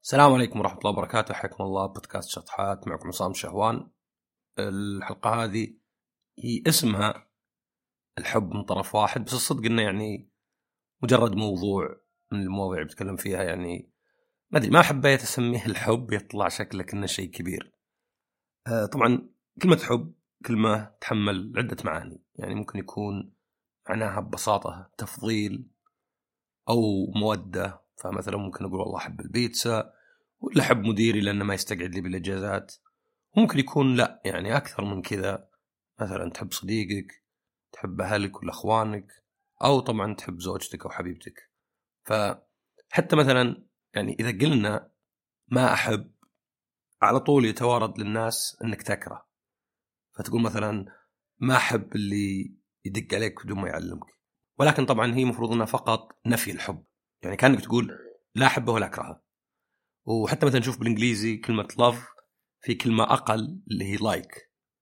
السلام عليكم ورحمة الله وبركاته. حياكم الله بودكاست شطحات، معكم عصام شهوان. الحلقة هذه هي اسمها الحب من طرف واحد، بس الصدق إنه يعني مجرد موضوع من المواضيع اللي بتكلم فيها. يعني ما أدري، ما حبيت أسميه الحب، يطلع شكلك إنه شيء كبير. طبعا كلمة حب كلمة تحمل عدة معاني، يعني ممكن يكون معناها ببساطة تفضيل أو مودة. فمثلا ممكن أقول والله أحب البيتزا، ولا أحب مديري لأنه ما يستقعد لي بالإجازات. ممكن يكون لا، يعني أكثر من كذا، مثلا تحب صديقك، تحب أهلك ولا أخوانك، أو طبعا تحب زوجتك أو حبيبتك. فحتى مثلا يعني إذا قلنا ما أحب، على طول يتوارد للناس أنك تكره. فتقول مثلا ما أحب اللي يدق عليك بدون ما يعلمك، ولكن طبعا هي مفروض أنها فقط نفي الحب، يعني كأنك تقول لا أحبه ولا أكرهه. وحتى مثلا نشوف بالإنجليزي كلمة love في كلمة أقل اللي هي like،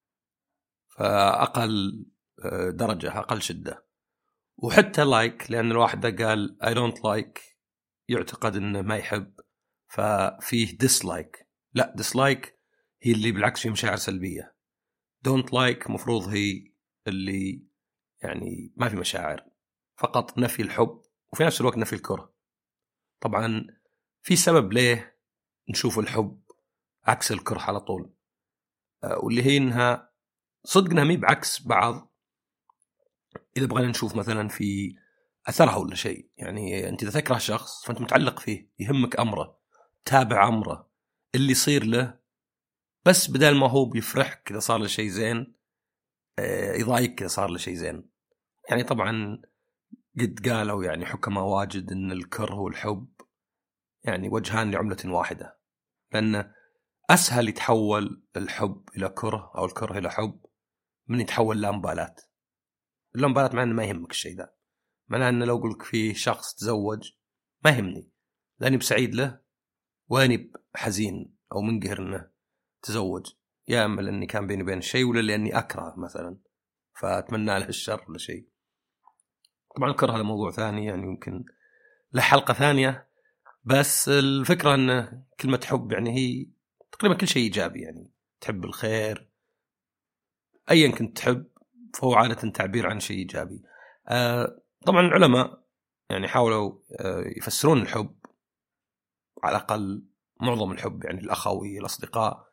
فأقل درجة، أقل شدة. وحتى like، لأن الواحد ده قال I don't like يعتقد أنه ما يحب، ففيه dislike. لا، dislike هي اللي بالعكس في مشاعر سلبية. don't like مفروض هي اللي يعني ما في مشاعر، فقط نفي الحب وفي نفس الوقت نفي الكره. طبعا في سبب ليه نشوف الحب عكس الكره على طول، واللي هي إنها صدق إنها مي بعكس بعض. إذا بغينا نشوف مثلا في أثرها ولا شيء، يعني أنت إذا تكره شخص فأنت متعلق فيه، يهمك أمره، تابع أمره اللي يصير له، بس بدل ما هو بيفرحك إذا صار له شيء زين، يضايقك إذا صار له شيء زين. يعني طبعا قد قالوا يعني حكماء واجد إن الكره والحب يعني وجهان لعملة واحدة، لأن أسهل يتحول الحب إلى كره أو الكره إلى حب من يتحول لا مبالاة. لا مبالاة معناه إنه ما يهمك الشيء ذا، معناه أنه لو قلك فيه شخص تزوج ما يهمني، لأني بسعيد له وأني حزين أو منقهر أنه تزوج، يا أما لأني كان بيني وبين شيء، ولا لأني أكره مثلا فأتمنى له الشر ولا شيء. طبعا الكره هذا موضوع ثاني، يعني يمكن له حلقة ثانية. بس الفكرة أن كلمة حب يعني هي تقريبا كل شيء إيجابي، يعني تحب الخير، أيا كنت تحب فهو عادة تعبير عن شيء إيجابي. طبعا العلماء يعني حاولوا يفسرون الحب، على الأقل معظم الحب، يعني الأخوي الأصدقاء،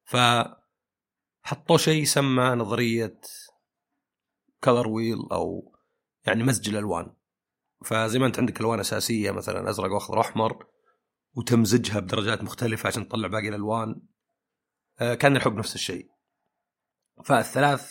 فحطوا شيء يسمى نظرية color wheel، أو يعني مزج الألوان. فزي ما أنت عندك ألوان أساسية مثلا أزرق وأخضر وأحمر، وتمزجها بدرجات مختلفة عشان تطلع باقي الألوان، كان الحب نفس الشيء. فالثلاث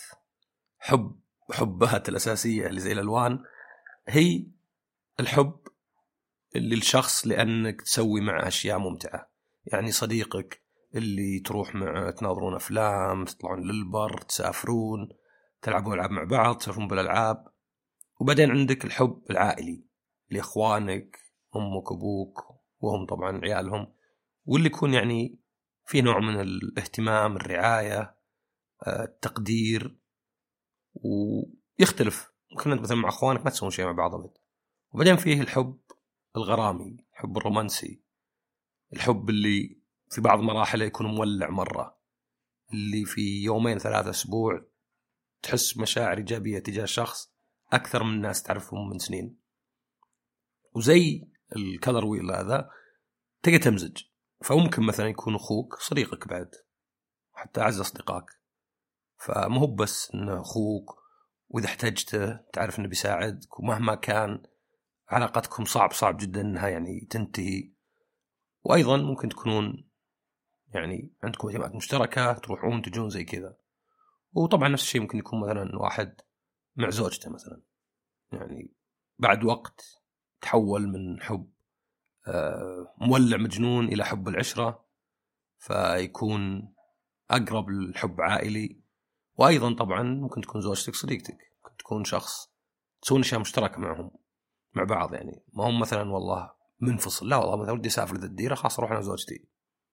حبات الأساسية اللي زي الألوان هي الحب اللي الشخص لأنك تسوي معه أشياء ممتعة، يعني صديقك اللي تروح معه تناظرون أفلام، تطلعون للبر، تسافرون، تلعبون ألعاب مع بعض، تسافرون بالألعاب. وبعدين عندك الحب العائلي لإخوانك، أمك أبوك وهم طبعا عيالهم، واللي يكون يعني في نوع من الاهتمام، الرعاية، التقدير. ويختلف، ممكن أنت مثلا مع أخوانك ما تسوون شيء مع بعض أبد. وبعدين فيه الحب الغرامي، الحب الرومانسي، الحب اللي في بعض مراحله يكون مولع مرة، اللي في يومين ثلاثة أسبوع تحس مشاعر إيجابية تجاه شخص أكثر من الناس تعرفهم من سنين. وزي الكلر ويل هذا تقدر تمزج، فممكن مثلا يكون أخوك صديقك بعد، حتى أعز أصدقائك، فمهو بس إنه أخوك وإذا احتجته تعرف إنه بيساعدك، ومهما كان علاقتكم صعب جدا إنها يعني تنتهي. وأيضا ممكن تكونون يعني عندكم اهتمامات مشتركة، تروحون تجون زي كذا. وطبعا نفس الشيء ممكن يكون مثلا واحد مع زوجته مثلا، يعني بعد وقت تحول من حب مولع مجنون إلى حب العشرة، فيكون أقرب للحب عائلي. وأيضا طبعا ممكن تكون زوجتك صديقتك، ممكن تكون شخص تسوون أشياء مشتركة معهم مع بعض، يعني ما هم مثلا والله منفصل، لا والله مثلا ودي أسافر ذا الديرة، خلاص أروح أنا وزوجتي.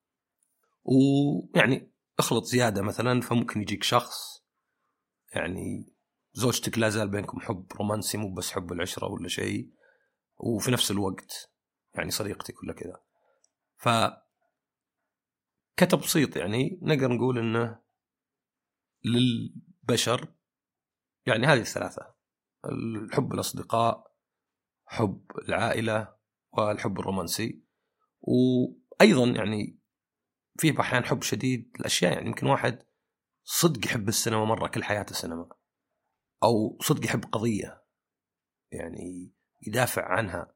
ويعني اخلط زيادة مثلا، فممكن يجيك شخص يعني زوجتك لا زال بينكم حب رومانسي، مو بس حب العشرة ولا شيء، وفي نفس الوقت يعني صديقتك ولا كذا. كتبسيط يعني نقدر نقول إنه للبشر يعني هذه الثلاثة: الحب الأصدقاء، حب العائلة، والحب الرومانسي. وأيضا يعني فيه أحيان حب شديد الأشياء، يعني يمكن واحد صدق يحب السينما مرة كل حياته السينما، أو صدق يحب قضية يعني يدافع عنها.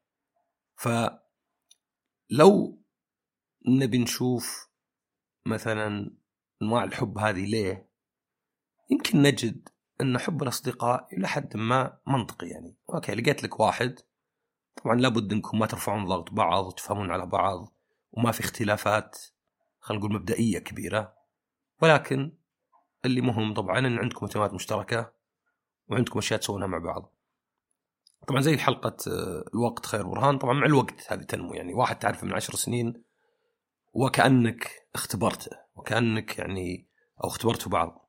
فلو نبي نشوف مثلا أنواع الحب هذه ليه، يمكن نجد أن حب الأصدقاء إلى حد ما منطقي. يعني أوكي، لقيت لك واحد، طبعا لابد أنكم ما ترفعون ضغط بعض وتفهمون على بعض وما في اختلافات خلينا نقول مبدئية كبيرة، ولكن اللي مهم طبعا أن عندكم اهتمامات مشتركة وعندكم أشياء تسوونها مع بعض. طبعا زي حلقة الوقت خير برهان، طبعا مع الوقت هذه تنمو. يعني واحد تعرف من 10 سنين وكأنك اختبرته، وكأنك يعني أو اختبرتوا بعض.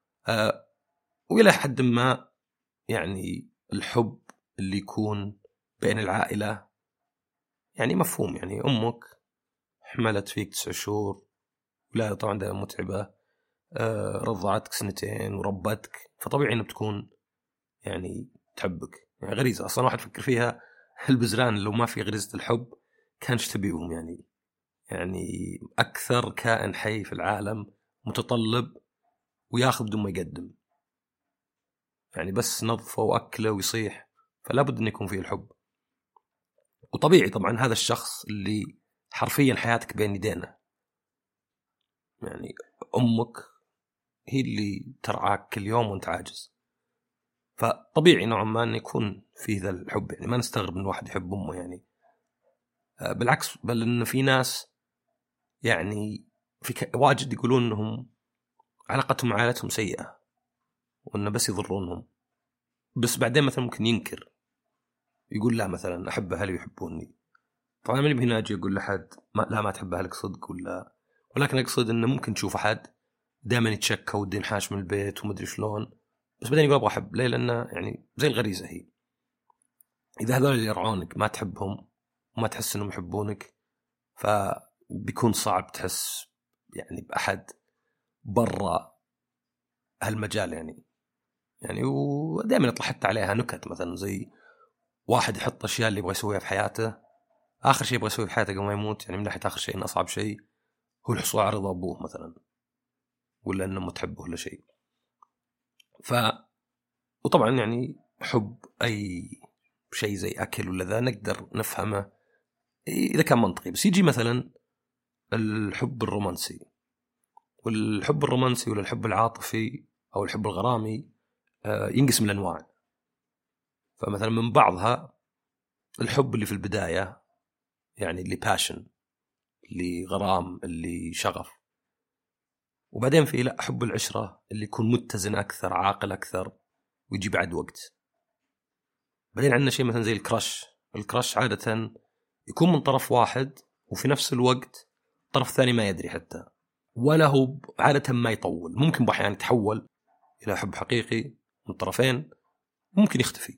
وإلى حد ما يعني الحب اللي يكون بين العائلة يعني مفهوم. يعني أمك حملت فيك 9 شهور، ولا طبعا ده متعبة، رضعتك 2 وربتك، فطبيعي أنه بتكون يعني تحبك. يعني غريزة أصلا واحد فكر فيها، البزران لو ما في غريزة الحب كانش تبيهم. يعني أكثر كائن حي في العالم متطلب وياخذ بدون ما يقدم، يعني بس نظفه وأكله ويصيح، فلا بد أن يكون فيه الحب. وطبيعي طبعا هذا الشخص اللي حرفيا حياتك بين يدينه، يعني أمك هي اللي ترعاك كل يوم وانت عاجز، فطبيعي نوعا ما أن يكون فيه ذا الحب. يعني ما نستغرب أن واحد يحب أمه، يعني بالعكس، بل أن في ناس يعني واجد يقولون أنهم علاقتهم مع عائلتهم سيئة وأنه بس يضرونهم، بس بعدين مثلا ممكن ينكر، يقول لا مثلا أحب أهلي ويحبوني. طبعا من هنا أجي أقول لحد ما تحب أهلك صدق ولا، ولكن أقصد أنه ممكن تشوف أحد دائما يتشكى ودي ينحاش من البيت ومدري شلون، بس بعدين يقول أبغى أحب. ليه؟ لأنه يعني زي الغريزة هي. إذا هذول اللي يرعونك ما تحبهم وما تحس أنهم يحبونك، فبيكون صعب تحس يعني بأحد برا هالمجال. يعني ودائما يطلع حتى عليها نكت، مثلا زي واحد يحط أشياء اللي يبغى يسويها في حياته، آخر شيء يبغى يسويه في حياته قبل ما يموت، يعني من ناحية آخر شيء إن أصعب شيء هو الحصول على رضا أبوه مثلا، ولا إنه متحبه ولا شيء. وطبعا يعني حب أي شيء زي أكل ولا ذا نقدر نفهمه إذا كان منطقي. بس يجي مثلا الحب الرومانسي، والحب الرومانسي ولا الحب العاطفي أو الحب الغرامي ينقسم لأنواع. فمثلا من بعضها الحب اللي في البداية، يعني اللي passion، اللي غرام، اللي شغف. وبعدين في لا حب العشرة اللي يكون متزن أكثر، عاقل أكثر، ويجي بعد وقت. بعدين عندنا شيء مثلا زي الكراش عادة يكون من طرف واحد، وفي نفس الوقت الطرف الثاني ما يدري حتى، ولا هو عادة ما يطول. ممكن بأحيان يتحول إلى حب حقيقي من طرفين، ممكن يختفي.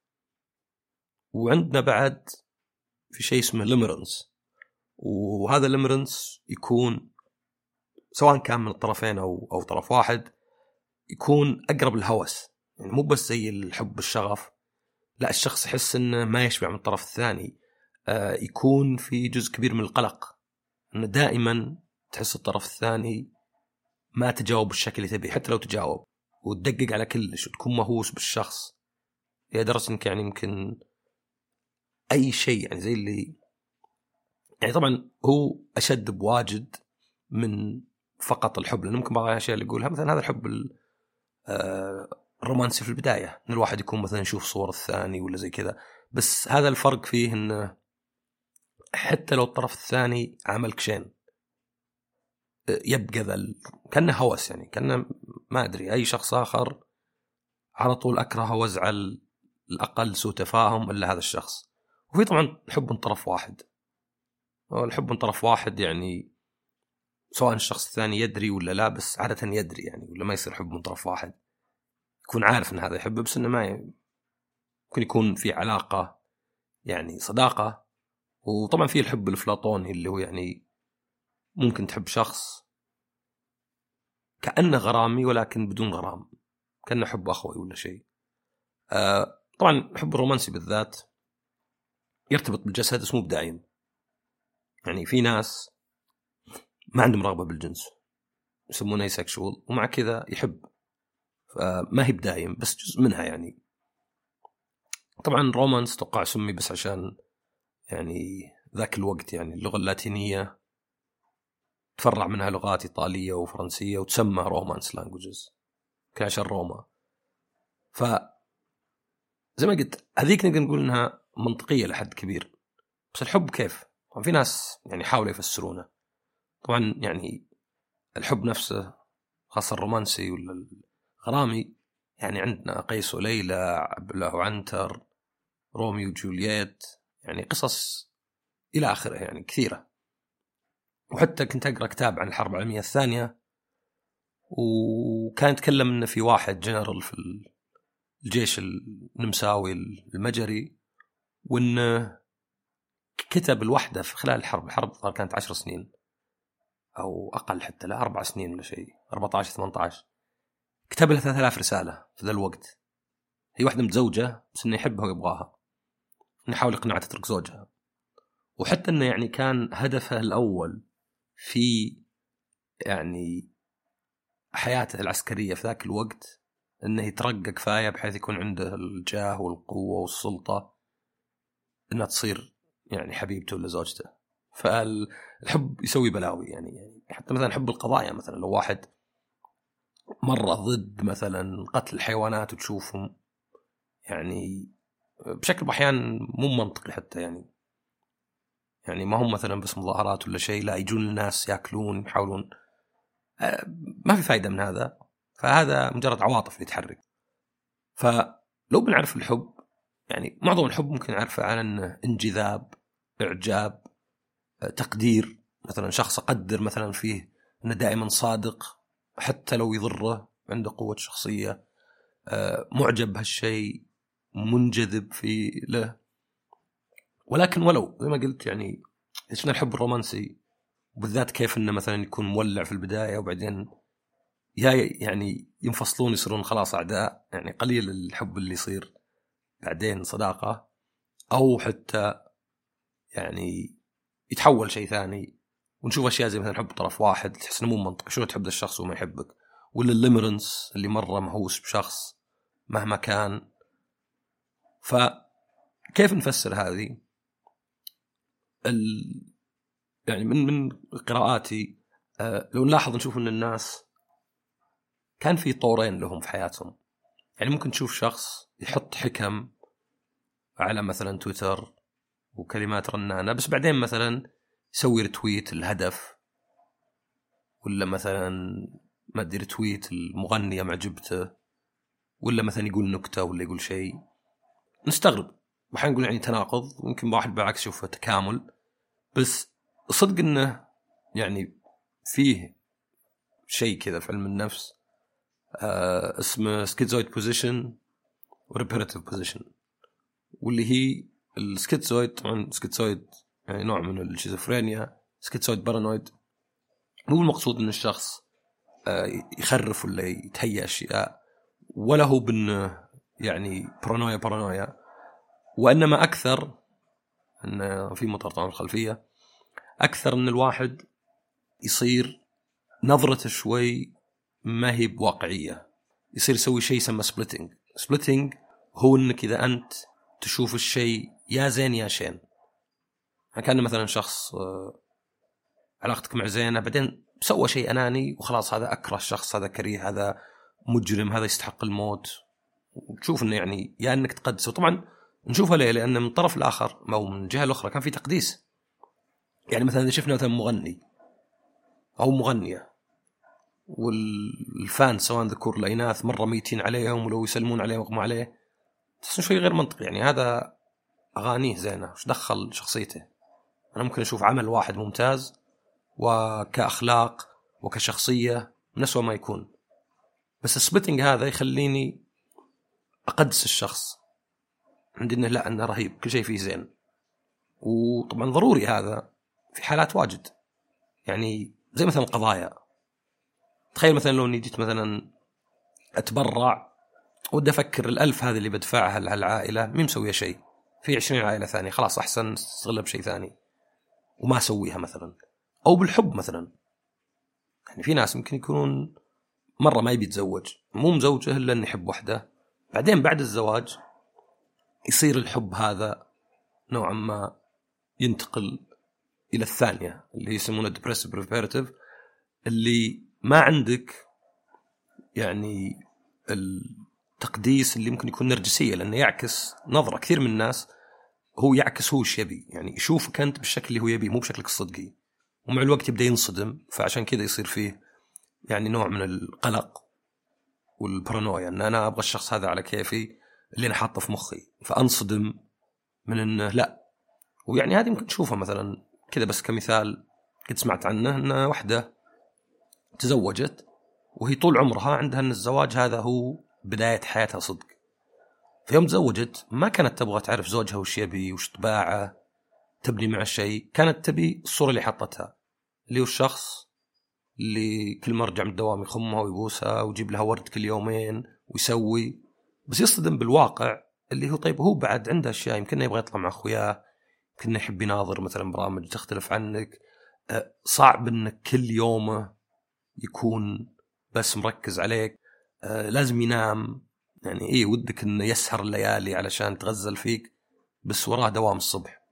وعندنا بعد في شيء اسمه ليمرنس، وهذا الليمرنس يكون سواء كان من الطرفين أو طرف واحد، يكون أقرب الهوس. يعني مو بس زي الحب الشغف، لا، الشخص يحس إنه ما يشبع من الطرف الثاني. يكون في جزء كبير من القلق، إنه دائما تحس الطرف الثاني ما تجاوب بالشكل اللي تبي، حتى لو تجاوب وتدقق على كلش وتكون مهووس بالشخص لدرجة إنك يعني يمكن أي شيء، يعني زي اللي يعني طبعا هو أشد بواجد من فقط الحب، لأنه ممكن بعض الأشياء اللي يقولها مثلا هذا الحب الرومانسي في البداية، إن الواحد يكون مثلا يشوف صور الثاني ولا زي كذا، بس هذا الفرق فيه إنه حتى لو الطرف الثاني عمل كشين يبقى ذا كأنه هوس، يعني كأنه ما أدري أي شخص آخر على طول أكرهه وازعل الأقل سوء تفاهم إلا هذا الشخص. وفي طبعا حب من طرف واحد، والحب من طرف واحد يعني سواء الشخص الثاني يدري ولا لا، بس عادة يدري يعني، ولا ما يصير حب من طرف واحد، يكون عارف إن هذا يحب بس إنه ما ممكن يكون في علاقة يعني صداقة. وطبعا في الحب الأفلاطوني اللي هو يعني ممكن تحب شخص كأنه غرامي ولكن بدون غرام، كأنه حب أخوي ولا شيء. طبعا حب الرومانسي بالذات يرتبط بالجسد بس مو بدايم. يعني في ناس ما عندهم رغبة بالجنس يسمونه سكشوال ومع كذا يحب، ما هي بدايم بس جزء منها. يعني طبعا رومانس توقع سمي بس عشان يعني ذاك الوقت يعني اللغة اللاتينية تفرع منها لغات إيطالية وفرنسية وتسمى رومانس لانجوجز كعشان روما. ف زي ما قلت هذيك نقدر نقول إنها منطقية لحد كبير. بس الحب كيف؟ طبعا في ناس يعني حاولوا يفسرونه. طبعا يعني الحب نفسه خاصة الرومانسي ولا الغرامي، يعني عندنا قيس وليلى، عبله وعنتر، روميو وجولييت، يعني قصص إلى آخره يعني كثيرة. وحتى كنت أقرأ كتاب عن الحرب العالمية الثانية وكان يتكلم إنه في واحد جنرال في الجيش النمساوي المجري وإنه كتب الوحدة في خلال الحرب كانت 10 سنين أو أقل، حتى لا 4 سنين ولا شيء، 14-18، كتب لها 3000 رسالة في ذا الوقت. هي واحدة متزوجة بس إنه يحبها ويبغاها، إنه يحاول يقنعها تترك زوجها. وحتى إنه يعني كان هدفه الأول في يعني حياته العسكرية في ذاك الوقت إنه يترقى كفاية بحيث يكون عنده الجاه والقوة والسلطة إنها تصير يعني حبيبته ولا زوجته. فالحب يسوي بلاوي يعني حتى مثلا حب القضايا، مثلا لو واحد مرة ضد مثلا قتل الحيوانات وتشوفهم يعني بشكل بأحيان مو منطقي حتى، يعني ما هم مثلا بس مظاهرات ولا شيء، لا يجون الناس يأكلون يحاولون، ما في فايدة من هذا. فهذا مجرد عواطف اللي تحرك. فلو بنعرف الحب يعني معظم الحب ممكن نعرفه على أنه انجذاب، إعجاب، تقدير. مثلا شخص أقدر مثلا فيه أنه دائما صادق حتى لو يضره، عنده قوة شخصية، معجب بهالشيء، منجذب في له. ولكن ولو زي ما قلت يعني شفنا الحب الرومانسي وبالذات كيف انه مثلا يكون مولع في البداية وبعدين يعني ينفصلون يصيرون خلاص أعداء، يعني قليل الحب اللي يصير بعدين صداقة، أو حتى يعني يتحول شيء ثاني. ونشوف أشياء زي مثلا حب طرف واحد تحس إنه مو منطقي، شو تحب الشخص وما يحبك، ولا الليمرنس اللي مرة مهووس بشخص مهما كان. فكيف نفسر هذه يعني من قراءاتي لو نلاحظ نشوف أن الناس كان في طورين لهم في حياتهم. يعني ممكن تشوف شخص يحط حكم على مثلا تويتر وكلمات رنانة بس بعدين مثلا يسوي رتويت الهدف، ولا مثلا ما أدري رتويت المغنية معجبته، ولا مثلا يقول نكتة ولا يقول شيء نستغرب وحين نقول يعني تناقض، ويمكن واحد بالعكس يشوفه تكامل. بس صدق انه يعني فيه شيء كذا في علم النفس اسمه سكيزويد بوزيشن وريبيراتيف بوزيشن، واللي هي السكيزويد طبعا سكيزويد يعني نوع من الشيزوفرينيا، سكيزويد بارانويد مو المقصود ان الشخص يخرف ولا يتهيأ اشياء، ولا هو بانه يعني بارانويا، وانما اكثر ان في مطر طبعا الخلفيه، اكثر ان الواحد يصير نظرته شوي ما هي بواقعيه، يصير يسوي شيء يسمى سبليتنج هو انك اذا انت تشوف الشيء يا زين يا شين. كان مثلا شخص علاقتك مع زينه بعدين سوى شيء اناني وخلاص هذا اكره الشخص، هذا كريه، هذا مجرم، هذا يستحق الموت، وتشوف انه يعني يا انك تقدسه. طبعا نشوفها ليه؟ لان من الطرف الاخر او من الجهه الاخرى كان في تقديس. يعني مثلا اذا شفنا مثلا مغني او مغنيه والفان سواء ذكور ولا اناث مره ميتين عليهم ولو يسلمون عليه ويغموا عليه، تحس شيء غير منطقي. يعني هذا اغانيه زينه، وش دخل شخصيته؟ انا ممكن اشوف عمل واحد ممتاز وكاخلاق وكشخصيه من أسوأ ما يكون، بس السبليتنج هذا يخليني اقدس الشخص، عندي انه لا انه رهيب كل شيء فيه زين. وطبعا ضروري هذا في حالات واجد، يعني زي مثلا القضايا. تخيل مثلا لو اني جيت مثلا اتبرع ودي افكر 1000 هذه اللي بدفعها لهالعائله مين مسويه شيء، في 20 عائله ثانيه، خلاص احسن استغلها بشيء ثاني وما اسويها مثلا. او بالحب مثلا، يعني في ناس ممكن يكونون مره ما يبي يتزوج، مو مزوجه الا انه يحب وحده، بعدين بعد الزواج يصير الحب هذا نوعا ما ينتقل الى الثانيه اللي يسمونه depressive reparative، اللي ما عندك يعني التقديس اللي ممكن يكون نرجسيه، لانه يعكس نظره كثير من الناس، هو يعكس هو وش يبي، يعني يشوفك انت بالشكل اللي هو يبي مو بشكلك الصدقي، ومع الوقت يبدا ينصدم، فعشان كذا يصير فيه يعني نوع من القلق والبارانويا، ان انا ابغى الشخص هذا على كيفي اللي انا حاطه في مخي، فانصدم من انه لا. ويعني هذه ممكن تشوفها مثلا كذا بس كمثال، كنت سمعت عنه ان واحده تزوجت وهي طول عمرها عندها ان الزواج هذا هو بدايه حياتها صدق. في يوم تزوجت ما كانت تبغى تعرف زوجها وش يبي وش طباعه، تبني مع الشيء، كانت تبي الصورة اللي حطتها اللي هو الشخص اللي كل ما رجع من الدوام يخمها ويبوسها ويجيب لها ورد كل يومين ويسوي، بس يصطدم بالواقع اللي هو طيب هو بعد عنده أشياء، يمكن يبغى يطلع مع أخوياه، يمكن يحب يناظر مثلا برامج تختلف عنك، صعب أنك كل يومه يكون بس مركز عليك، لازم ينام، يعني إيه ودك أنه يسهر الليالي علشان تغزل فيك، بس وراه دوام الصبح.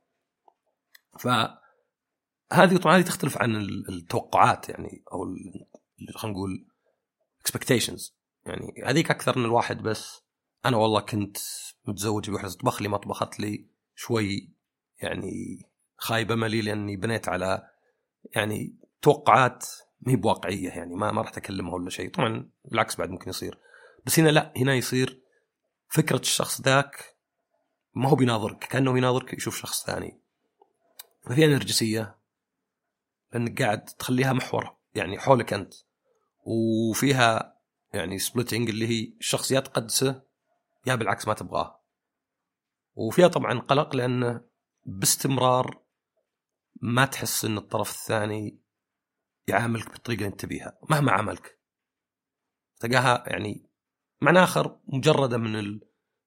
فهذه طبعا هذه تختلف عن التوقعات، يعني أو خلينا نقول expectations، يعني هذيك أكثر من الواحد بس أنا والله كنت متزوج بوحدة تطبخ لي ما طبخت لي شوي، يعني خايبة ملي لأني بنيت على يعني توقعات ما هي بواقعية، يعني ما راح تكلمها ولا شيء، طبعا بالعكس بعد ممكن يصير، بس هنا لا، هنا يصير فكرة الشخص ذاك ما هو بيناظرك، كأنه يناظرك يشوف شخص ثاني، ففيها نرجسية لأنك قاعد تخليها محور يعني حولك أنت، وفيها يعني سبليتنج اللي هي الشخص يا تقدسه يا بالعكس ما تبغاه، وفيها طبعا قلق لأنه باستمرار ما تحس أن الطرف الثاني يعاملك بالطريقة اللي انت بيها مهما عملك، تلقاها يعني معنى آخر مجردة من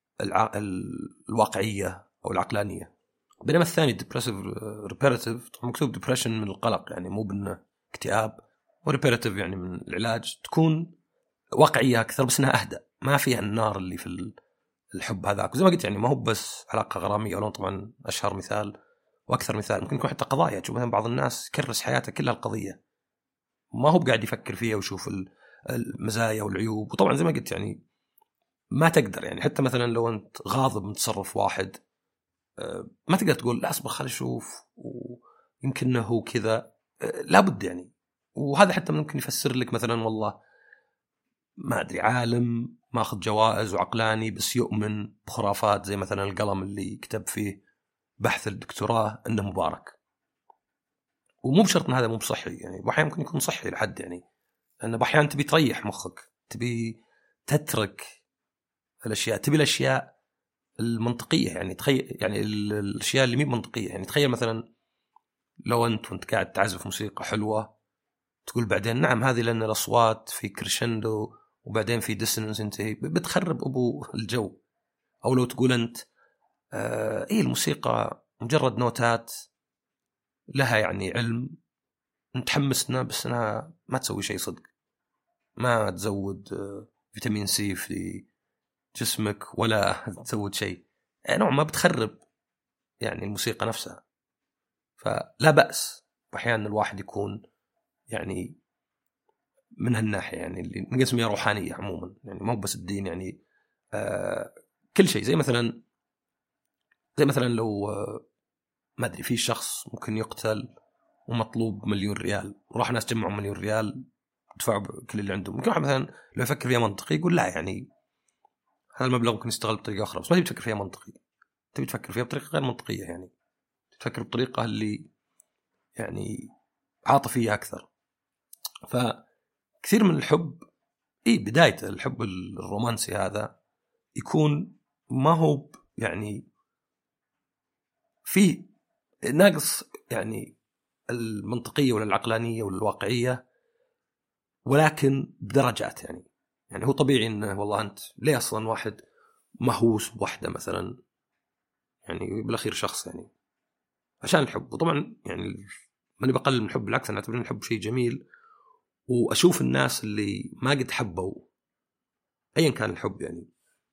الواقعية أو العقلانية. بينما الثاني depressive reparative طبعا مكتوب depression من القلق، يعني مو بأنه اكتئاب، وريبيراتيف يعني من العلاج، تكون واقعية أكثر بس أنها أهدى، ما فيها النار اللي في الحب هذاك. وزي ما قلت يعني ما هو بس علاقة غرامية، ولو طبعا أشهر مثال وأكثر مثال ممكن يكون حتى قضايا، تشوف مثلا بعض الناس كرس حياته كلها القضية، ما هو قاعد يفكر فيها ويشوف المزايا والعيوب. وطبعا زي ما قلت يعني ما تقدر، يعني حتى مثلا لو أنت غاضب من تصرف واحد ما تقدر تقول لا أصبر خلي أشوف ويمكن هو كذا، لابد يعني. وهذا حتى ممكن يفسر لك مثلا والله ما أدري عالم ماخذ جوائز وعقلاني بس يؤمن بخرافات زي مثلا القلم اللي كتب فيه بحث الدكتوراه أنه مبارك، ومو بشرط أن هذا مو بصحي، يعني بأحيان ممكن يكون صحي لحد، يعني لأن بأحيان تبي تريح مخك، تبي تترك الأشياء، تبي الأشياء المنطقية، يعني تخيل يعني الأشياء اللي مي منطقية، يعني تخيل مثلا لو وانت قاعد تعزف موسيقى حلوة تقول بعدين نعم هذه لأن الأصوات في كريشندو وبعدين في ديسونانس ينتهي، بتخرب أبو الجو. أو لو تقول أنت إيه الموسيقى مجرد نوتات لها يعني علم، نتحمسنا بس أنها ما تسوي شيء صدق، ما تزود فيتامين سي في جسمك ولا تزود شيء، نوع ما بتخرب يعني الموسيقى نفسها. فلا بأس أحيانا الواحد يكون يعني من هالناحية، يعني اللي نقسمها روحانية عموما، يعني ما هو بس الدين، يعني كل شيء. زي مثلا لو ما أدري في شخص ممكن يقتل ومطلوب 1,000,000 ريال، وراح ناس جمعوا 1,000,000 ريال دفعوا كل اللي عندهم، ممكن واحد مثلا لو يفكر فيها منطقي يقول لا يعني هذا المبلغ ممكن يستغل بطريقة أخرى، بس ما تبي تفكر فيها منطقي، تبي تفكر فيها بطريقة غير منطقية، يعني تفكر بطريقة اللي يعني عاطفية أكثر. فكثير من الحب بداية الحب الرومانسي هذا يكون ما هو يعني في ناقص يعني المنطقية ولا العقلانية ولا الواقعية، ولكن بدرجات. يعني هو طبيعي إنه والله أنت ليه أصلا واحد مهووس بوحدة مثلا، يعني بالأخير شخص يعني عشان الحب. وطبعا يعني ماني بقلل من الحب، بالعكس أنا أعتبر الحب شيء جميل، وأشوف الناس اللي ما قد حبوا أيا كان الحب يعني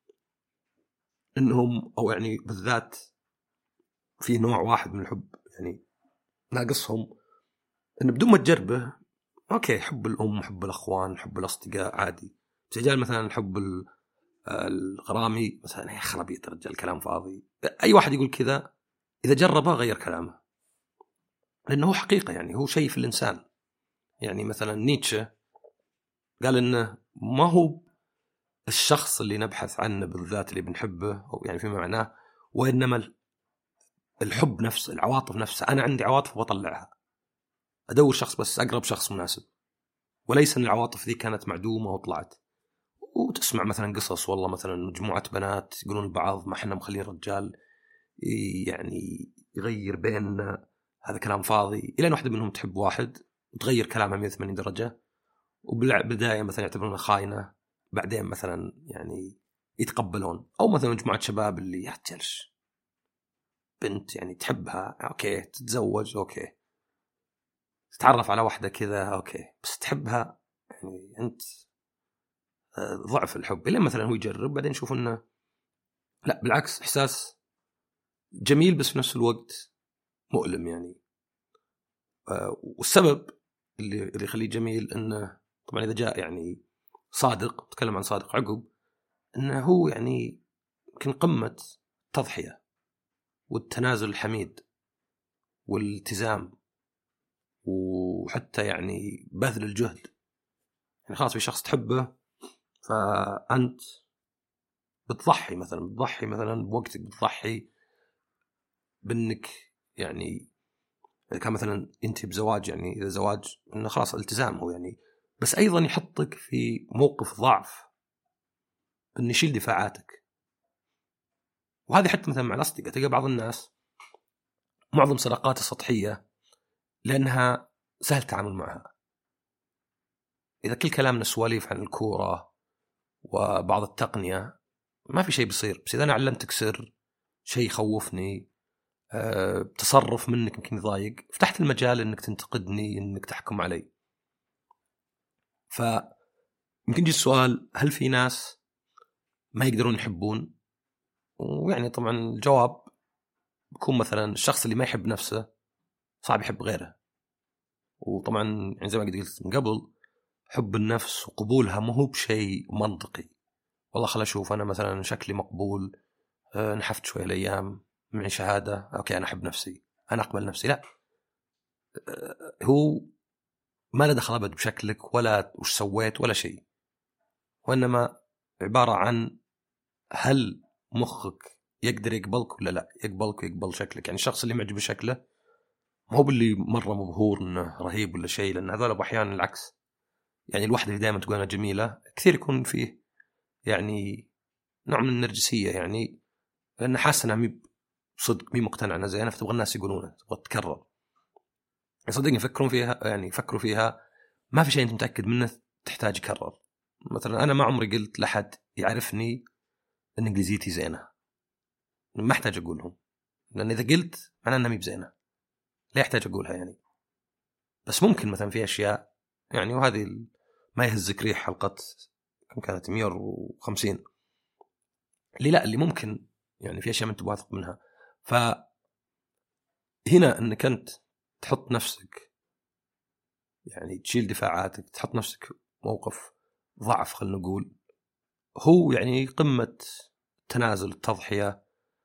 إنهم، أو يعني بالذات في نوع واحد من الحب يعني ناقصهم، إن بدون ما تجربه أوكي حب الأم، حب الأخوان، حب الأصدقاء عادي. بس رجال مثلا حب الغرامي مثلا، يا خرابيط الرجال كلام فاضي. أي واحد يقول كذا إذا جربه غير كلامه، لأنه هو حقيقة يعني هو شيء في الإنسان. يعني مثلا نيتشه قال إنه ما هو الشخص اللي نبحث عنه بالذات اللي بنحبه أو يعني فيما معناه، وإنما الحب نفسه، العواطف نفسها. أنا عندي عواطف وبطلعها، أدور شخص بس أقرب شخص مناسب، وليس أن العواطف ذي كانت معدومة وطلعت. وتسمع مثلا قصص والله مثلا مجموعة بنات يقولون لبعض ما احنا مخلين رجال يعني يغير بيننا، هذا كلام فاضي. إلى أن واحدة منهم تحب واحد وتغير كلامها 180 درجة، وبالبداية مثلا يعتبرونها خاينة، بعدين مثلا يعني يتقبلون. أو مثلا مجموعة شباب اللي يحتلش بنت يعني تحبها أوكي، تتزوج أوكي، تتعرف على واحدة كذا أوكي، بس تحبها يعني أنت ضعف الحب. إلا مثلا هو يجرب بعدين يشوف إنه لا بالعكس إحساس جميل بس في نفس الوقت مؤلم يعني. والسبب اللي يخليه جميل إنه طبعا إذا جاء يعني صادق، تكلم عن صادق عقب، إنه هو يعني يمكن قمة التضحية والتنازل الحميد والالتزام، وحتى يعني بذل الجهد. يعني خلاص في شخص تحبه فأنت بتضحي مثلا بوقتك، بتضحي بأنك يعني إذا كان مثلا أنت بزواج، يعني إذا زواج إنه خلاص التزام هو يعني، بس أيضا يحطك في موقف ضعف إنه يشيل دفاعاتك. وهذه حتى مثلا مع الأصدقاء تلقى بعض الناس معظم صداقاته سطحية لأنها سهل التعامل معها. إذا كل كلامنا سواليف عن الكورة وبعض التقنية ما في شيء بيصير. بس إذا أنا علمتك سر، شيء يخوفني، تصرف منك يمكن يضايق، فتحت المجال إنك تنتقدني، إنك تحكم علي. فيمكن يجي السؤال هل في ناس ما يقدرون يحبون؟ ويعني طبعا الجواب بيكون مثلا الشخص اللي ما يحب نفسه صعب يحب غيره. وطبعا يعني زي ما قلت من قبل، حب النفس وقبولها ما هو بشيء منطقي. والله خل أشوف أنا مثلا شكلي مقبول، نحفت شوية الأيام، معي شهادة، أوكي أنا أحب نفسي، أنا أقبل نفسي. لا، هو ما له دخل أبد بشكلك ولا وش سويت ولا شيء، وإنما عبارة عن هل مخك يقدر يقبلك ولا لا، يقبلك ويقبل شكلك. يعني الشخص اللي معجب بشكله ما هو باللي مرة مبهور إنه رهيب ولا شيء، لأن هذول أحيانا العكس. يعني الواحدة اللي دائما تقول أنا جميلة كثير يكون فيه يعني نوع من النرجسية، يعني لأن حاسة أنها مي صدق، مي مقتنع أنها زينة، فتبغى الناس يقولونها، تبغى تكرر. صدقني يفكرون فيها، يعني يفكروا فيها ما في شيء أنت متأكد منه تحتاج يكرر. مثلا أنا ما عمري قلت لحد يعرفني أن إنجليزيتي زينة، ما أحتاج أقولهم، لأن إذا قلت معناه أنها مي بزينة، لا يحتاج أقولها يعني. بس ممكن مثلا في أشياء يعني، وهذه ما يهزك ريح حلقة كم كانت 150 اللي لا اللي ممكن يعني في أشياء ما أنت واثق منها. فهنا أنك أنت تحط نفسك يعني تشيل دفاعاتك، تحط نفسك موقف ضعف خلنا نقول، هو يعني قمة التنازل، التضحية،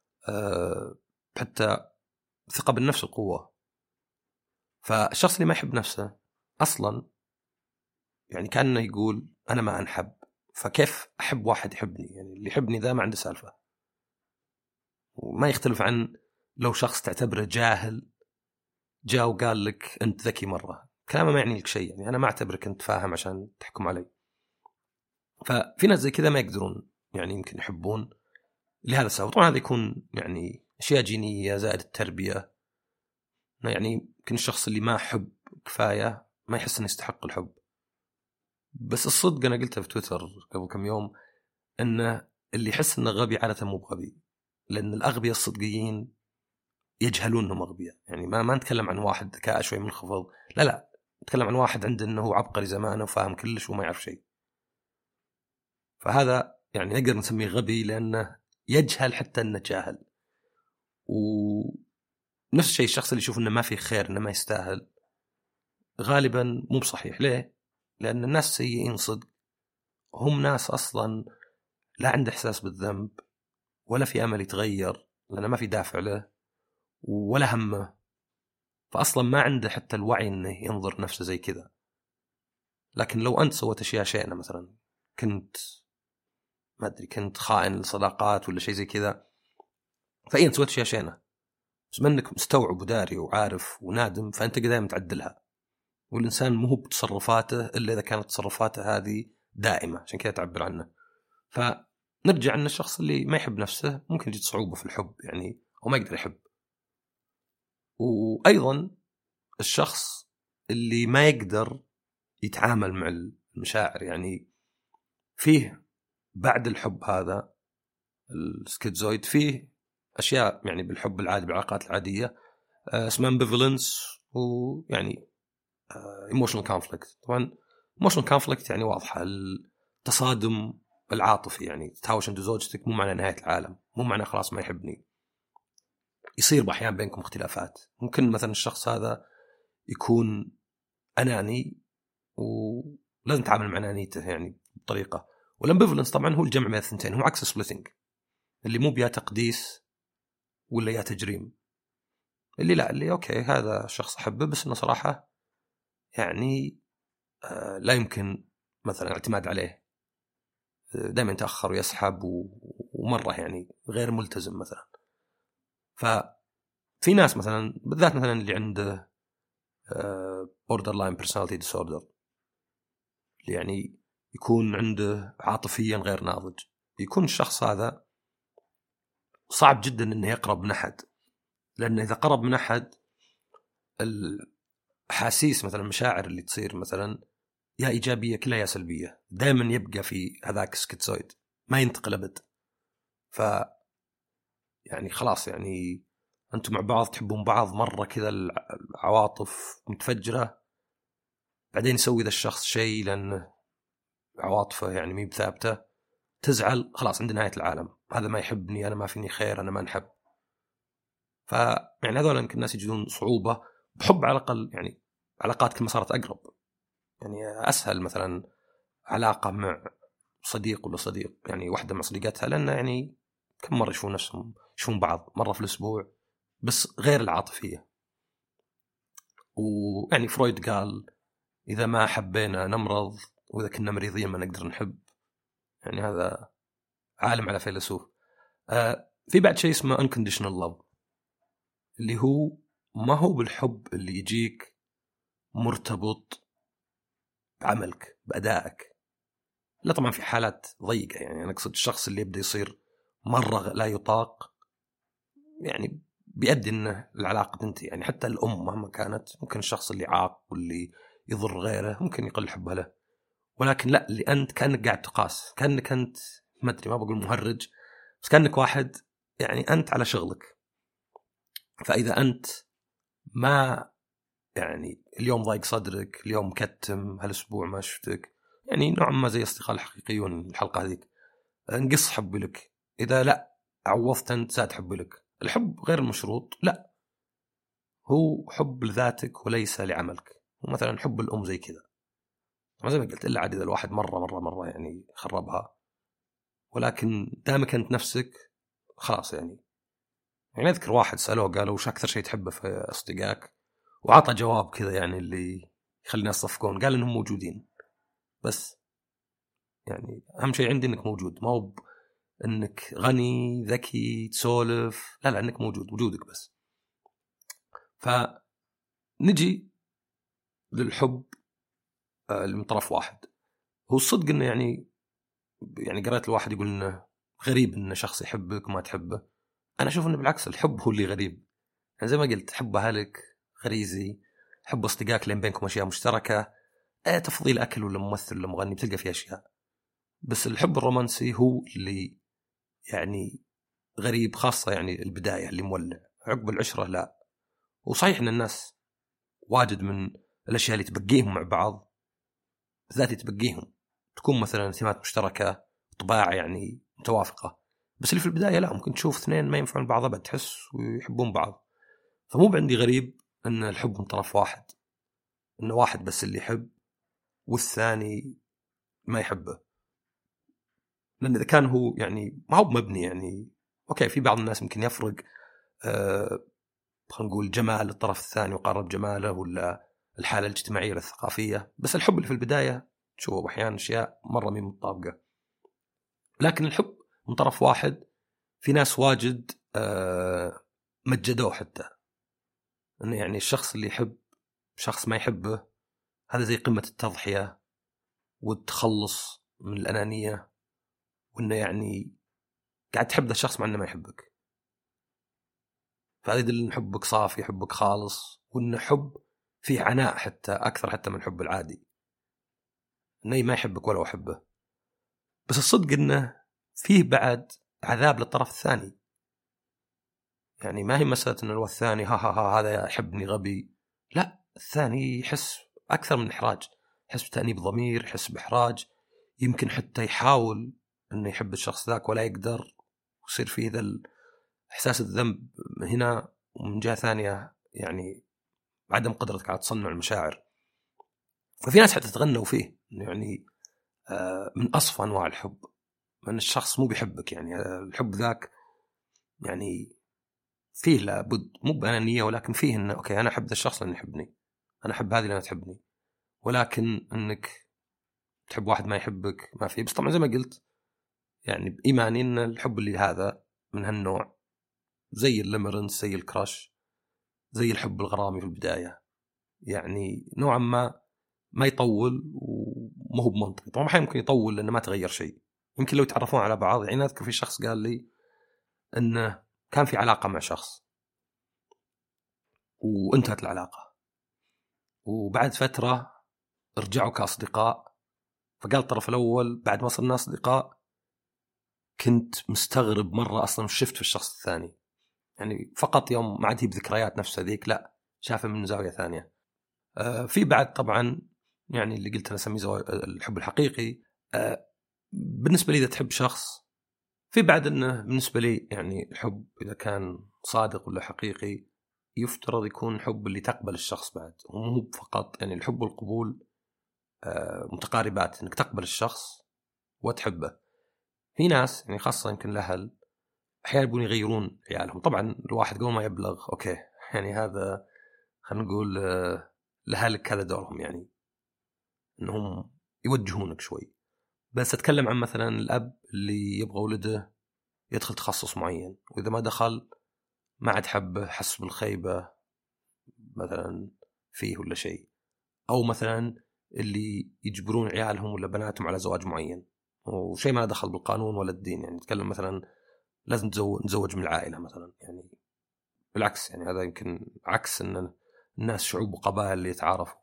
حتى ثقة بالنفس، القوة. فالشخص اللي ما يحب نفسه أصلا يعني كأنه يقول أنا ما أنحب، فكيف أحب واحد يحبني؟ يعني اللي يحبني ذا ما عنده سالفة. وما يختلف عن لو شخص تعتبره جاهل جاء وقال لك أنت ذكي مرة، كلامه ما يعني لك شيء. يعني أنا ما أعتبرك أنت فاهم عشان تحكم علي. ففي ناس زي كذا ما يقدرون يعني يمكن يحبون لهذا السبب. طبعا هذا يكون يعني أشياء جينية زائد التربية، يعني يمكن الشخص اللي ما حب كفاية ما يحس انه يستحق الحب. بس الصدق انا قلتها في تويتر قبل كم يوم، انه اللي يحس انه غبي عادة مو غبي، لان الاغبياء الصدقيين يجهلون انهم اغبياء. يعني ما نتكلم عن واحد ذكاء شوي منخفض، لا نتكلم عن واحد عنده انه عبقري زمانه وفاهم كلش وما يعرف شيء. فهذا يعني نقدر نسميه غبي لانه يجهل حتى انه جاهل. ونفس الشيء الشخص اللي يشوف انه ما في خير، انه ما يستاهل، غالبا مو بصحيح. ليه؟ لان الناس سيئين صدق، هم ناس اصلا لا عنده احساس بالذنب ولا في امل يتغير، لانه ما في دافع له ولا همه، فاصلا ما عنده حتى الوعي انه ينظر نفسه زي كذا. لكن لو انت سويت اشياء شينه، مثلا كنت ما ادري كنت خائن للصداقات ولا شيء زي كذا، فاي انت سويت اشياء شينه، بس منك مستوعب وداري وعارف ونادم، فانت دائما تعدلها. والانسان مو بتصرفاته الا اذا كانت تصرفاته هذه دائمه، عشان كذا تعبر عنه. فنرجع ان الشخص اللي ما يحب نفسه ممكن يجد صعوبه في الحب، يعني هو ما يقدر يحب. وايضا الشخص اللي ما يقدر يتعامل مع المشاعر، يعني فيه بعد الحب هذا السكيزويد فيه اشياء يعني بالحب العادي بالعلاقات العاديه اسمها امبيفالنس، ويعني ايموشنال كونفليكت. طبعا ايموشنال كونفليكت يعني واضحه، التصادم العاطفي، يعني تهاوش عند زوجتك مو معنى نهايه العالم، مو معنى خلاص ما يحبني. يصير باحيان بينكم اختلافات، ممكن مثلا الشخص هذا يكون اناني ولازم تتعامل مع انانيته يعني بطريقه. والامبيفالنس طبعا هو الجمع بين الثنتين، هو عكس السبليتنج اللي مو بيا تقديس ولا يا تجريم. اللي لا، اللي اوكي هذا الشخص احبه، بس انه صراحه يعني لا يمكن مثلا اعتماد عليه، دائما يتاخر ويسحب ومره يعني غير ملتزم مثلا. ففي ناس مثلا بالذات مثلا اللي عنده borderline personality disorder، اللي يعني يكون عنده عاطفيا غير ناضج، يكون الشخص هذا صعب جدا انه يقرب من احد، لانه اذا قرب من احد الحاسيس مثلا المشاعر اللي تصير مثلا يا ايجابيه كلها يا سلبيه، دائما يبقى في هذاك سكيزويد ما ينتقل ابد. ف يعني خلاص يعني انتم مع بعض تحبون بعض مره كذا، العواطف متفجره، بعدين يسوي ذا الشخص شيء لان عواطفه يعني مي بثابته، تزعل، خلاص عند نهايه العالم، هذا ما يحبني، انا ما فيني خير، انا ما نحب. ف يعني هذول يمكن الناس يجدون صعوبه بحب على الاقل، يعني علاقات كل ما صارت اقرب. يعني اسهل مثلا علاقه مع صديق ولا صديق، يعني واحده مع صديقتها، لان يعني كم مره يشوفون نفسهم، يشوفون بعض مره في الاسبوع، بس غير العاطفيه. ويعني فرويد قال اذا ما حبينا نمرض، واذا كنا مريضين ما نقدر نحب. يعني هذا عالم على فيلسوف. في بعد شيء اسمه unconditional love، اللي هو ما هو بالحب اللي يجيك مرتبط بعملك بأدائك، لا طبعا في حالات ضيقة. يعني أنا أقصد الشخص اللي يبدأ يصير مرة لا يطاق، يعني بيؤدي أن العلاقة تنتهي. يعني حتى الأم مهما كانت، ممكن الشخص اللي عاق واللي يضر غيره ممكن يقل حبها له، ولكن لا، اللي أنت كأنك قاعد تقاس، كأنك أنت ما أدري، ما بقول مهرج، بس كأنك واحد يعني أنت على شغلك. فإذا أنت ما يعني اليوم ضايق صدرك، اليوم مكتم، هالأسبوع ما شفتك، يعني نوعا ما زي أصدقاء الحقيقيون الحلقة هذيك، انقص حبي لك. إذا لا عوضت أنت زاد حبي لك. الحب غير المشروط لا، هو حب لذاتك وليس لعملك. ومثلا حب الأم زي كذا، زي ما قلت، إلا عاد إذا الواحد مرة يعني خربها، ولكن دامك أنت نفسك خلاص. يعني أذكر واحد سألوه قالوا وش أكثر شيء تحبه في أصدقائك، وعطى جواب كذا يعني اللي يخلي الناس يصفقون، قال إنهم موجودين بس. يعني أهم شيء عندي إنك موجود، ما هو إنك غني ذكي تسولف، لا إنك موجود، وجودك بس. فنجي للحب اللي من طرف واحد. هو الصدق إنه يعني قرأت الواحد يقول إنه غريب إن شخص يحبك وما تحبه. أنا أشوف إنه بالعكس، الحب هو اللي غريب. يعني زي ما قلت، حب أهلك غريزي، حب أصدقائك لين بينكم أشياء مشتركة، تفضيل أكل ولا ممثل ولا مغني، بتلقى فيه أشياء. بس الحب الرومانسي هو اللي يعني غريب، خاصة يعني البداية اللي مولع، عقب العشرة لا. وصحيح أن الناس واجد من الأشياء اللي تبقيهم مع بعض، بالذات تبقيهم تكون مثلا اهتمامات مشتركة، طباع يعني متوافقة. بس اللي في البداية لا، ممكن تشوف اثنين ما ينفعون بعض أبد، تحس ويحبون بعض. فمو عندي غريب أن الحب من طرف واحد، أنه واحد بس اللي يحب والثاني ما يحبه. لأن إذا كان هو يعني ما هو مبني يعني أوكي، في بعض الناس ممكن يفرق خلينا نقول جمال الطرف الثاني وقرب جماله، ولا الحالة الاجتماعية والثقافية. بس الحب اللي في البداية تشوفه أحيانا أشياء مرة مين مطابقة. لكن الحب من طرف واحد في ناس واجد مجدوه، حتى أنه يعني الشخص اللي يحب شخص ما يحبه هذا زي قمة التضحية والتخلص من الأنانية، وأنه يعني قاعد تحب ذا الشخص مع أنه ما يحبك. فهذا يدل أن حبك صافي، حبك خالص، وأنه حب فيه عناء حتى أكثر حتى من الحب العادي، أنه ما يحبك ولا أحبه. بس الصدق أنه فيه بعد عذاب للطرف الثاني. يعني ما هي مسألة أنه الثاني ها هذا يحبني غبي، لا، الثاني يحس أكثر من إحراج، يحس بتأنيب ضمير، يحس بإحراج، يمكن حتى يحاول أنه يحب الشخص ذاك ولا يقدر، ويصير فيه ذا إحساس الذنب هنا. ومن جهة ثانية يعني عدم قدرتك على تصنع المشاعر. ففي ناس حتى تتغنوا فيه يعني من أصفى أنواع الحب، من الشخص مو بيحبك، يعني الحب ذاك يعني فيه لابد مو بأنانية، ولكن فيه إنه أوكي أنا أحب ذا الشخص لأنه يحبني، أنا أحب هذه لأنها تحبني. ولكن إنك تحب واحد ما يحبك ما فيه. بس طبعا زي ما قلت يعني بإيماني إن الحب اللي هذا من هالنوع زي الليمرنس، زي الكراش، زي الحب الغرامي في البداية، يعني نوعا ما يطول وما هو بمنطقي. طبعا أحيانا ممكن يطول لأنه ما تغير شيء. يمكن لو يتعرفون على بعض، يعني أذكر في شخص قال لي أنه كان في علاقة مع شخص وانتهت العلاقة، وبعد فترة رجعوا كأصدقاء. فقال الطرف الأول بعد ما صرنا أصدقاء كنت مستغرب مرة أصلا شفت في الشخص الثاني، يعني فقط يوم ما عاد هي بذكريات نفسها ذيك، لا شافه من زاوية ثانية. في بعد طبعا يعني اللي قلت أنا أسميه الحب الحقيقي. بالنسبة لي إذا تحب شخص، في بعد أنه بالنسبة لي يعني الحب إذا كان صادق ولا حقيقي يفترض يكون حب اللي تقبل الشخص بعد، ومو فقط يعني الحب والقبول متقاربات، انك تقبل الشخص وتحبه. في ناس يعني خاصة يمكن الأهل أحيانا يبون يغيرون عيالهم. طبعا الواحد قبل ما يبلغ أوكي يعني هذا خلينا نقول لأهلك هذا دورهم، يعني أنهم يوجهونك شوي. بس أتكلم عن مثلا الأب اللي يبغى ولده يدخل تخصص معين، وإذا ما دخل ما عاد حبه، حس بالخيبة مثلا فيه ولا شيء. أو مثلا اللي يجبرون عيالهم ولا بناتهم على زواج معين، وشيء ما دخل بالقانون ولا الدين. يعني نتكلم مثلا لازم نتزوج من العائلة مثلا، يعني بالعكس يعني هذا يمكن عكس أن الناس شعوب وقبائل اللي يتعارفوا.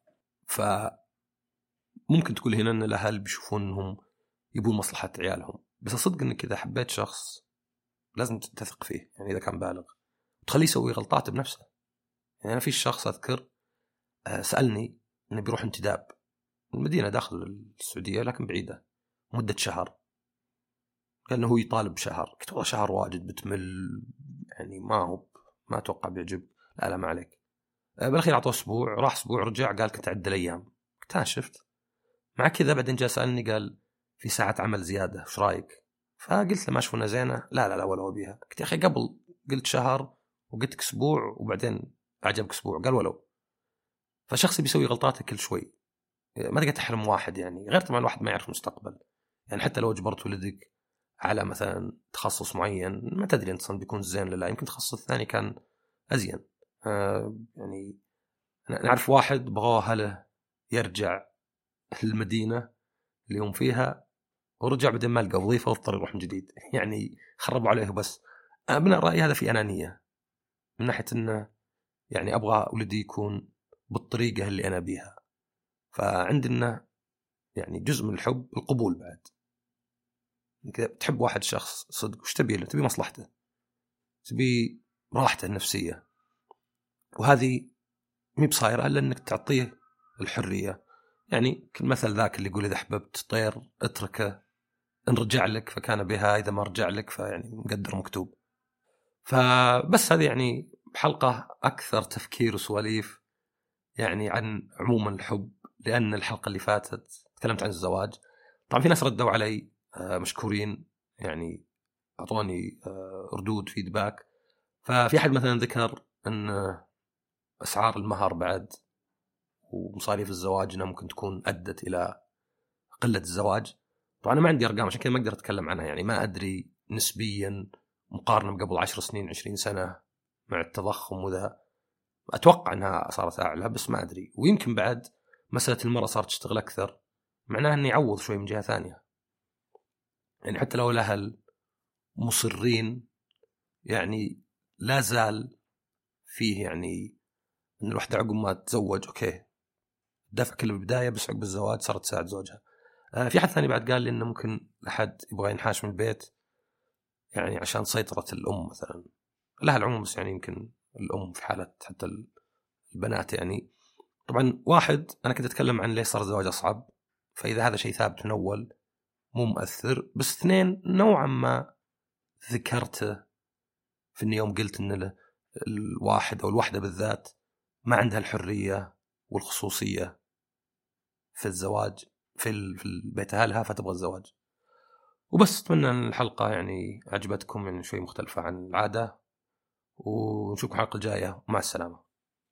فممكن تقول هنا أن الأهل بيشوفون أنهم يبون مصلحة عيالهم. بس الصدق أنك إذا حبيت شخص لازم تثق فيه، يعني إذا كان بالغ تخليه يسوي غلطات بنفسه. يعني أنا في شخص أذكر سألني أنه بيروح انتداب المدينة داخل السعودية لكن بعيدة مدة شهر، قال إنه هو يطالب شهر. قلت والله شهر واجد بتمل، يعني ما أتوقع بيعجب. لا ما عليك. بالأخير أعطوه أسبوع، راح أسبوع رجع قال كنت أعد الأيام. قلت شفت مع كذا. بعدين جاء سألني قال في ساعة عمل زيادة وش رايك؟ فقلت له ما أشوفنا زينة. لا ولا أبيها. قلت يا أخي قبل قلت شهر وقلتك أسبوع وبعدين أعجبك أسبوع. قال ولو. فشخص بيسوي غلطاته كل شوي، ما تقدر تحرم واحد، يعني غير طبعا الواحد ما يعرف مستقبل. يعني حتى لو اجبرت ولدك على مثلا تخصص معين ما تدري انت بيكون زين ولا لا، يمكن التخصص الثاني كان ازين. يعني نعرف واحد بغاه هله يرجع المدينة اللي هم فيها ورجع بعدين ما لقى وظيفة واضطر يروح من جديد. يعني خربوا عليه. بس من رأيي هذا في أنانية، من ناحية انه يعني أبغى ولدي يكون بالطريقة اللي أنا بيها. فعندنا يعني جزء من الحب القبول بعد. كذا تحب واحد شخص صدق، وش تبي له؟ تبي مصلحته، تبي راحته النفسية، وهذه مي بصايرة إلا أنك تعطيه الحرية. يعني المثل ذاك اللي يقول إذا أحببت طير اتركه، إن رجع لك فكان بها، إذا ما رجع لك فيعني مقدر مكتوب. فبس هذه يعني حلقة أكثر تفكير وسواليف يعني عن عموما الحب، لأن الحلقة اللي فاتت تكلمت عن الزواج. طبعا في ناس ردوا علي مشكورين، يعني أعطوني ردود فيدباك. ففي أحد مثلا ذكر أن أسعار المهر بعد ومصاريف الزواج أنها ممكن تكون أدت إلى قلة الزواج. طبعا أنا ما عندي أرقام عشان كذا ما أقدر أتكلم عنها، يعني ما أدري نسبيا مقارنة بقبل 10 سنين 20 سنة مع التضخم وذا، أتوقع أنها صارت أعلى بس ما أدري. ويمكن بعد مسألة المرأة صارت تشتغل أكثر، معناها أنه يعوض شوي من جهة ثانية. يعني حتى لو الأهل مصرين يعني لا زال فيه يعني أن الوحدة عقب ما تتزوج أوكي دفع كله بالبداية، بس عقب الزواج صارت تساعد زوجها. في حد ثاني بعد قال لي إنه ممكن أحد يبغى ينحاش من البيت يعني عشان سيطرة الأم مثلا، لها العموم، بس يعني يمكن الأم في حالة حتى البنات. يعني طبعا واحد أنا كنت أتكلم عن ليش صار الزواج أصعب، فإذا هذا شيء ثابت من أول مو مؤثر. بس اثنين نوعا ما ذكرته في إن يوم قلت إن الواحد أو الوحدة بالذات ما عندها الحرية والخصوصية في الزواج في البيت أهلها فتبغى الزواج. وبس أتمنى أن الحلقة يعني عجبتكم، يعني شوي مختلفة عن العادة، ونشوفكم الحلقة الجاية. مع السلامة.